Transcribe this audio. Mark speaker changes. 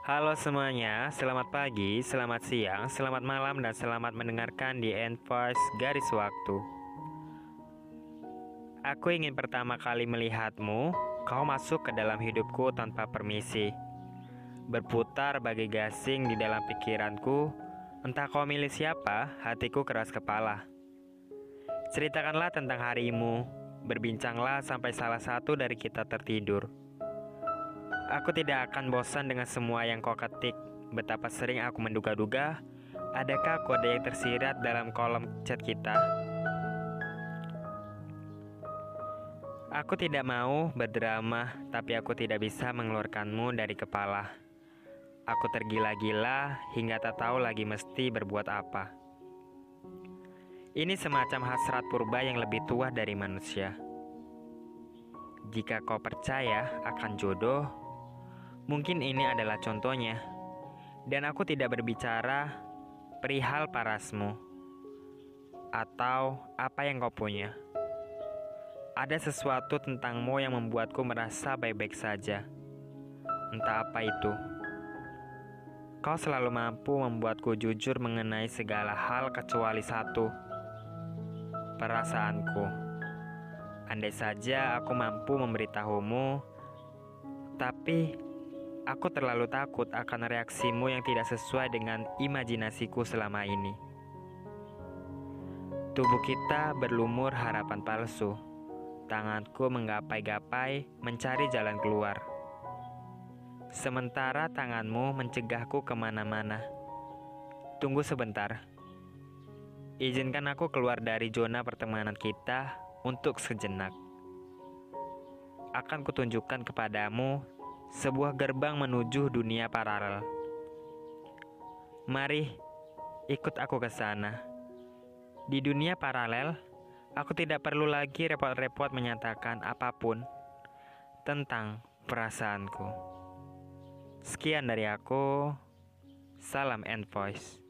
Speaker 1: Halo semuanya, selamat pagi, selamat siang, selamat malam, dan selamat mendengarkan di Envoice Garis Waktu. Aku ingin pertama kali melihatmu, kau masuk ke dalam hidupku tanpa permisi. Berputar bagai gasing di dalam pikiranku, entah kau milih siapa, hatiku keras kepala. Ceritakanlah tentang harimu, berbincanglah sampai salah satu dari kita tertidur. Aku tidak akan bosan dengan semua yang kau ketik. Betapa sering aku menduga-duga, adakah kode yang tersirat dalam kolom chat kita? Aku tidak mau berdrama, tapi aku tidak bisa mengeluarkanmu dari kepala. Aku tergila-gila hingga tak tahu lagi mesti berbuat apa. Ini semacam hasrat purba yang lebih tua dari manusia. Jika kau percaya akan jodoh, mungkin ini adalah contohnya. Dan aku tidak berbicara perihal parasmu atau apa yang kau punya. Ada sesuatu tentangmu yang membuatku merasa baik-baik saja. Entah apa itu. Kau selalu mampu membuatku jujur mengenai segala hal kecuali satu, perasaanku. Andai saja aku mampu memberitahumu, tapi aku terlalu takut akan reaksimu yang tidak sesuai dengan imajinasiku selama ini. Tubuh kita berlumur harapan palsu. Tanganku menggapai-gapai mencari jalan keluar. Sementara tanganmu mencegahku kemana-mana. Tunggu sebentar. Izinkan aku keluar dari zona pertemanan kita untuk sejenak. Akan kutunjukkan kepadamu sebuah gerbang menuju dunia paralel. Mari, ikut aku ke sana. Di dunia paralel, aku tidak perlu lagi repot-repot menyatakan apapun tentang perasaanku. Sekian dari aku. Salam Envoice.